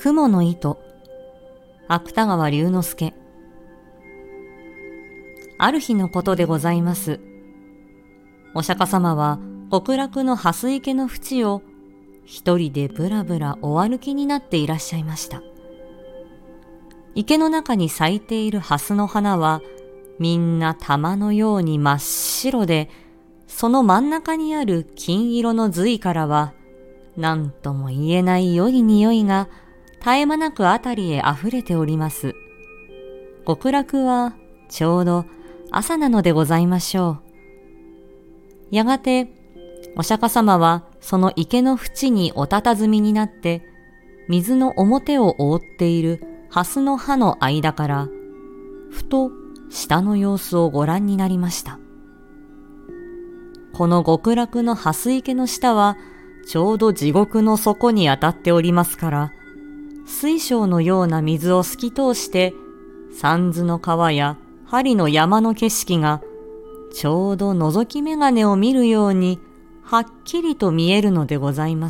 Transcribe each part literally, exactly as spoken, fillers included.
雲の糸。芥川龍之介。ある日のことでございます。お釈迦様は極楽の蓮池の淵を一人でぶらぶらお歩きになっていらっしゃいました。池の中に咲いている蓮の花はみんな玉のように真っ白で、その真ん中にある金色の髄からは何とも言えない良い匂いが絶え間なくあたりへあふれております。極楽はちょうど朝なのでございましょう。やがてお釈迦様はその池の淵におたたずみになって、水の表を覆っている蓮の葉の間からふと下の様子をご覧になりました。この極楽の蓮池の下はちょうど地獄の底に当たっておりますから、水晶のような水を透き通して三途の川や針の山の景色がちょうど覗き眼鏡を見るようにはっきりと見えるのでございます。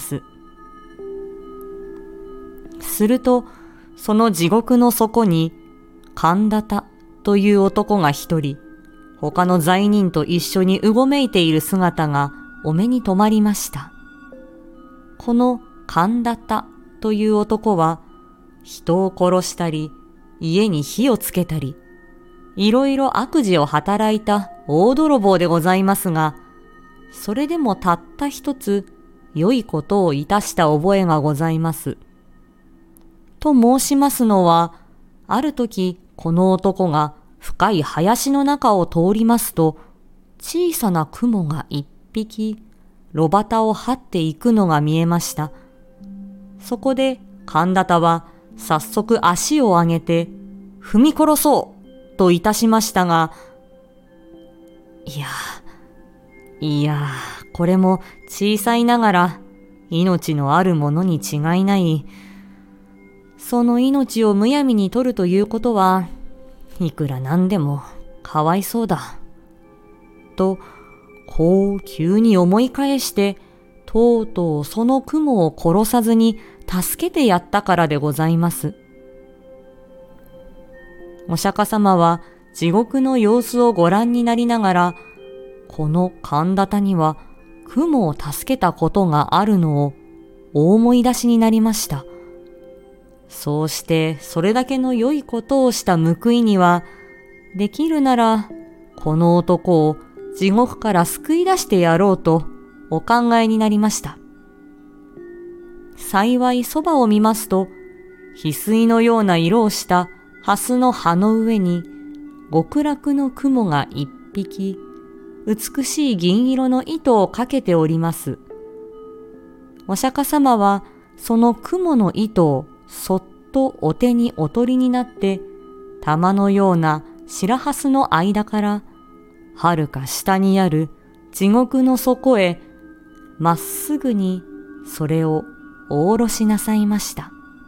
するとその地獄の底に神田田という男が一人、他の罪人と一緒にうごめいている姿がお目に留まりました。この神田田という男は人を殺したり家に火をつけたりいろいろ悪事を働いた大泥棒でございますが、それでもたった一つ良いことをいたした覚えがございます。と申しますのは、ある時この男が深い林の中を通りますと、小さな雲が一匹炉端を張っていくのが見えました。そこで神田田は早速足を上げて踏み殺そうといたしましたが、いや、いや、これも小さいながら命のあるものに違いない。その命をむやみに取るということはいくらなんでもかわいそうだ。と、こう急に思い返して、とうとうその雲を殺さずに助けてやったからでございます。お釈迦様は地獄の様子をご覧になりながら、この神田田には雲を助けたことがあるのをお思い出しになりました。そうしてそれだけの良いことをした報いには、できるならこの男を地獄から救い出してやろうとお考えになりました。幸いそばを見ますと、翡翠のような色をした蓮の葉の上に極楽の雲が一匹美しい銀色の糸をかけております。お釈迦様はその雲の糸をそっとお手にお取りになって、玉のような白蓮の間からはるか下にある地獄の底へまっすぐにそれをお下ろしなさいました。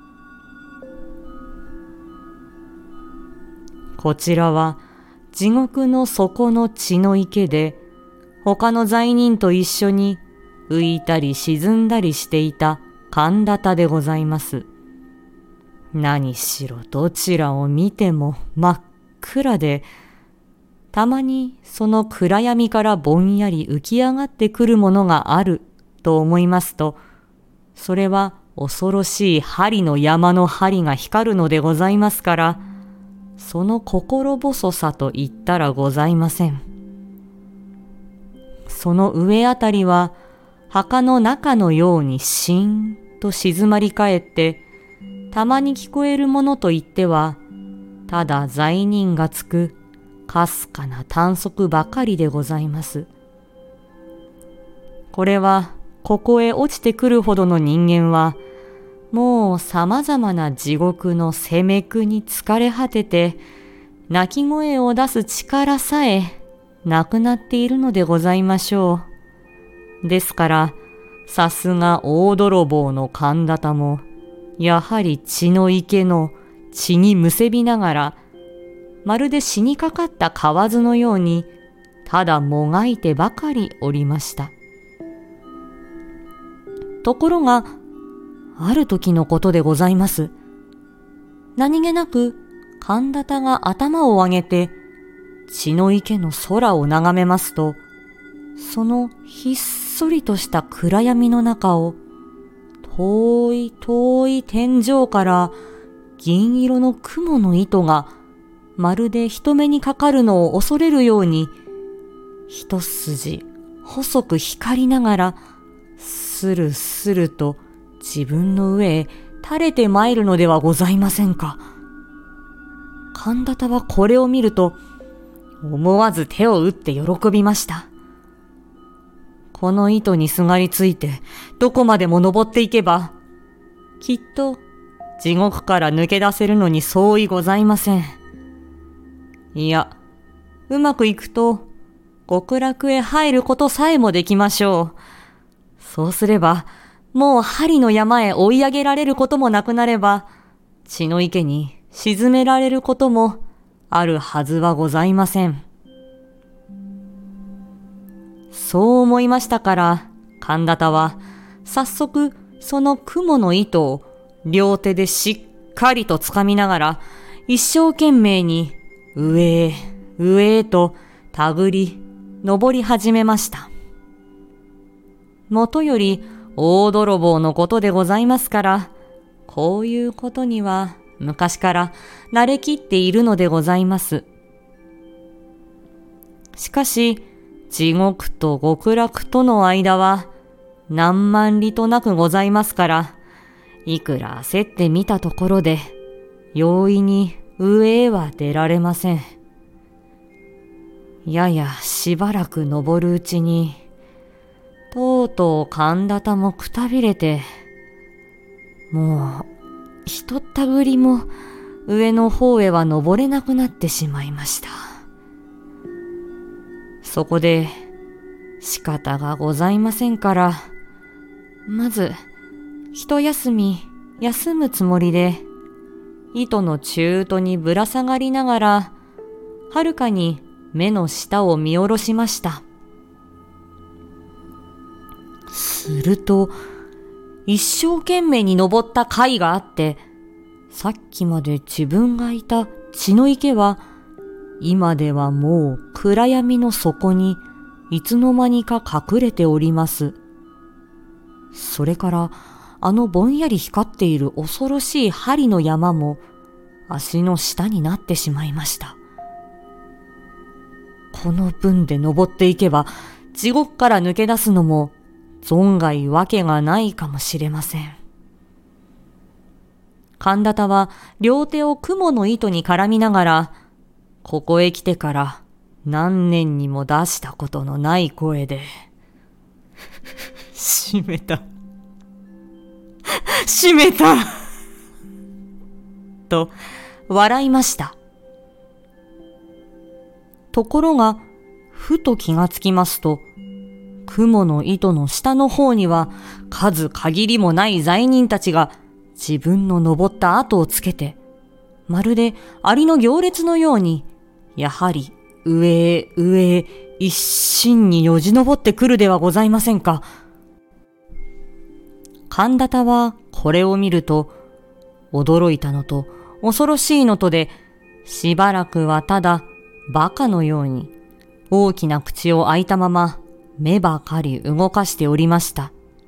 こちらは地獄の底の血の池で、他の罪人と一緒に浮いたり沈んだりしていた神田田でございます。何しろどちらを見ても真っ暗で、たまにその暗闇からぼんやり浮き上がってくるものがあると思いますと、それは恐ろしい針の山の針が光るのでございますから、その心細さと言ったらございません。その上あたりは墓の中のようにしーんと静まり返って、たまに聞こえるものといっては、ただ罪人がつくかすかな短足ばかりでございます。これはここへ落ちてくるほどの人間は、もうさまざまな地獄の責め苦に疲れ果てて、泣き声を出す力さえなくなっているのでございましょう。ですから、さすが大泥棒の神田田も、やはり血の池の血にむせびながら、まるで死にかかった蛙のように、ただもがいてばかりおりました。ところが、 ある時のことでございます。何気なく神田田が頭を上げて血の池の空を眺めますと、そのひっそりとした暗闇の中を遠い遠い天井から銀色の雲の糸がまるで人目にかかるのを恐れるように一筋細く光りながらスルスルと自分の上へ垂れて参るのではございませんか。神田田はこれを見ると思わず手を打って喜びました。この糸にすがりついてどこまでも登っていけば、きっと地獄から抜け出せるのに相違ございません。いや、うまくいくと極楽へ入ることさえもできましょう。そうすれば、もう針の山へ追い上げられることもなくなれば、血の池に沈められることもあるはずはございません。そう思いましたから、神田田は早速その雲の糸を両手でしっかりと掴みながら、一生懸命に上へ上へと手繰り登り始めました。もとより大泥棒のことでございますから、こういうことには昔から慣れきっているのでございます。しかし、地獄と極楽との間は何万里となくございますから、いくら焦ってみたところで、容易に上へは出られません。ややしばらく登るうちに、とうとう神田田もくたびれて、もうひとったぐりも上の方へは登れなくなってしまいました。そこで仕方がございませんから、まず一休み休むつもりで、糸の中途にぶら下がりながら、はるかに目の下を見下ろしました。すると、一生懸命に登った甲斐があって、さっきまで自分がいた血の池は、今ではもう暗闇の底にいつの間にか隠れております。それから、あのぼんやり光っている恐ろしい針の山も足の下になってしまいました。この分で登っていけば地獄から抜け出すのも存外わけがないかもしれません。神田田は両手を雲の糸に絡みながら、ここへ来てから何年にも出したことのない声で、閉めた。閉めたと笑いました。ところが、ふと気がつきますと、雲の糸の下の方には数限りもない罪人たちが自分の登った跡をつけて、まるでアリの行列のように、やはり上へ上へ一心によじ登ってくるではございませんか。神田田はこれを見ると、驚いたのと恐ろしいのとで、しばらくはただ馬鹿のように大きな口を開いたまま目ばかり動かしておりました。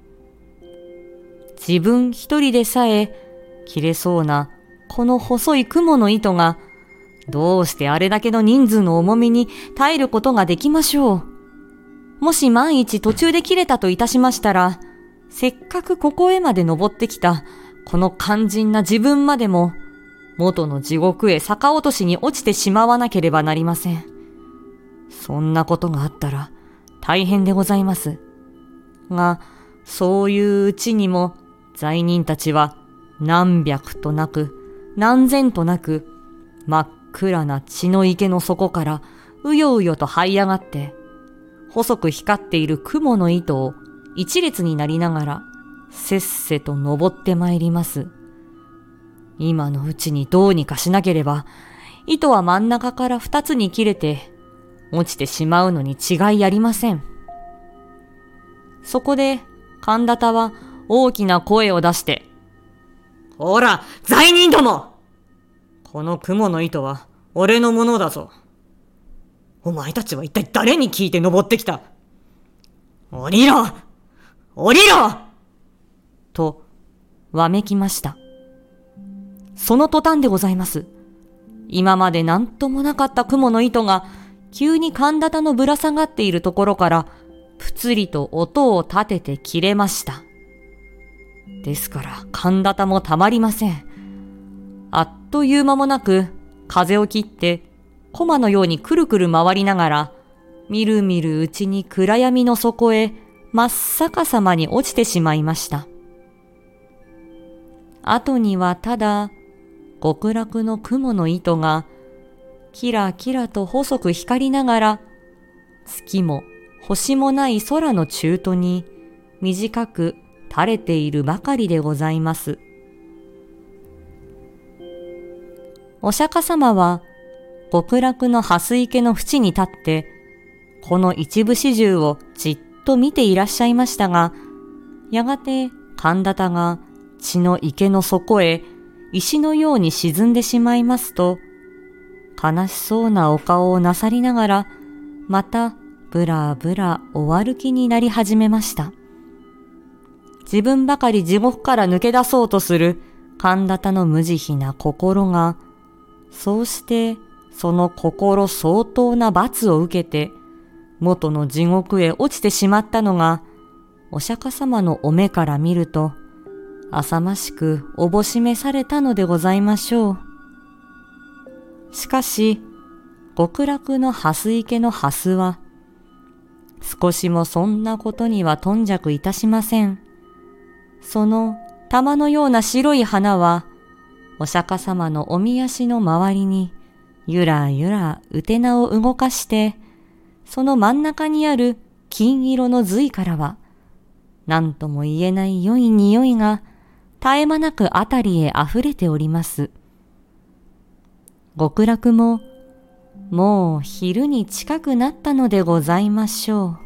自分一人でさえ切れそうなこの細い雲の糸が、どうしてあれだけの人数の重みに耐えることができましょう。もし万一途中で切れたといたしましたら、せっかくここへまで登ってきたこの肝心な自分までも元の地獄へ逆落としに落ちてしまわなければなりません。そんなことがあったら大変でございます。が、そういううちにも罪人たちは何百となく何千となく真っ暗な血の池の底からうようよと這い上がって、細く光っている雲の糸を一列になりながらせっせと登ってまいります。今のうちにどうにかしなければ、糸は真ん中から二つに切れて落ちてしまうのに違いありません。そこで神田田は大きな声を出して、 ほら、罪人ども！この雲の糸は俺のものだぞ。お前たちは一体誰に聞いて登ってきた？降りろ！降りろ！と、わめきました。その途端でございます。今まで何ともなかった雲の糸が、急に神田田のぶら下がっているところから、ぷつりと音を立てて切れました。ですから、神田田もたまりません。あっという間もなく、風を切って、駒のようにくるくる回りながら、みるみるうちに暗闇の底へ、真っ逆さまに落ちてしまいました。後にはただ、極楽の雲の糸が、キラキラと細く光りながら、月も星もない空の中途に短く垂れているばかりでございます。お釈迦様は極楽の蓮池の淵に立って、この一部始終をじっと見ていらっしゃいましたが、やがて神田田が血の池の底へ石のように沈んでしまいますと、悲しそうなお顔をなさりながら、またぶらぶらお歩きになり始めました。自分ばかり地獄から抜け出そうとする神田田の無慈悲な心が、そうしてその心相当な罰を受けて、元の地獄へ落ちてしまったのが、お釈迦様のお目から見ると、浅ましくおぼしめされたのでございましょう。しかし、極楽の蓮池の蓮は、少しもそんなことには頓着いたしません。その玉のような白い花は、お釈迦様のおみ足の周りに、ゆらゆらうてなを動かして、その真ん中にある金色の髄からは、何とも言えない良い匂いが、絶え間なくあたりへあふれております。極楽も、もう昼に近くなったのでございましょう。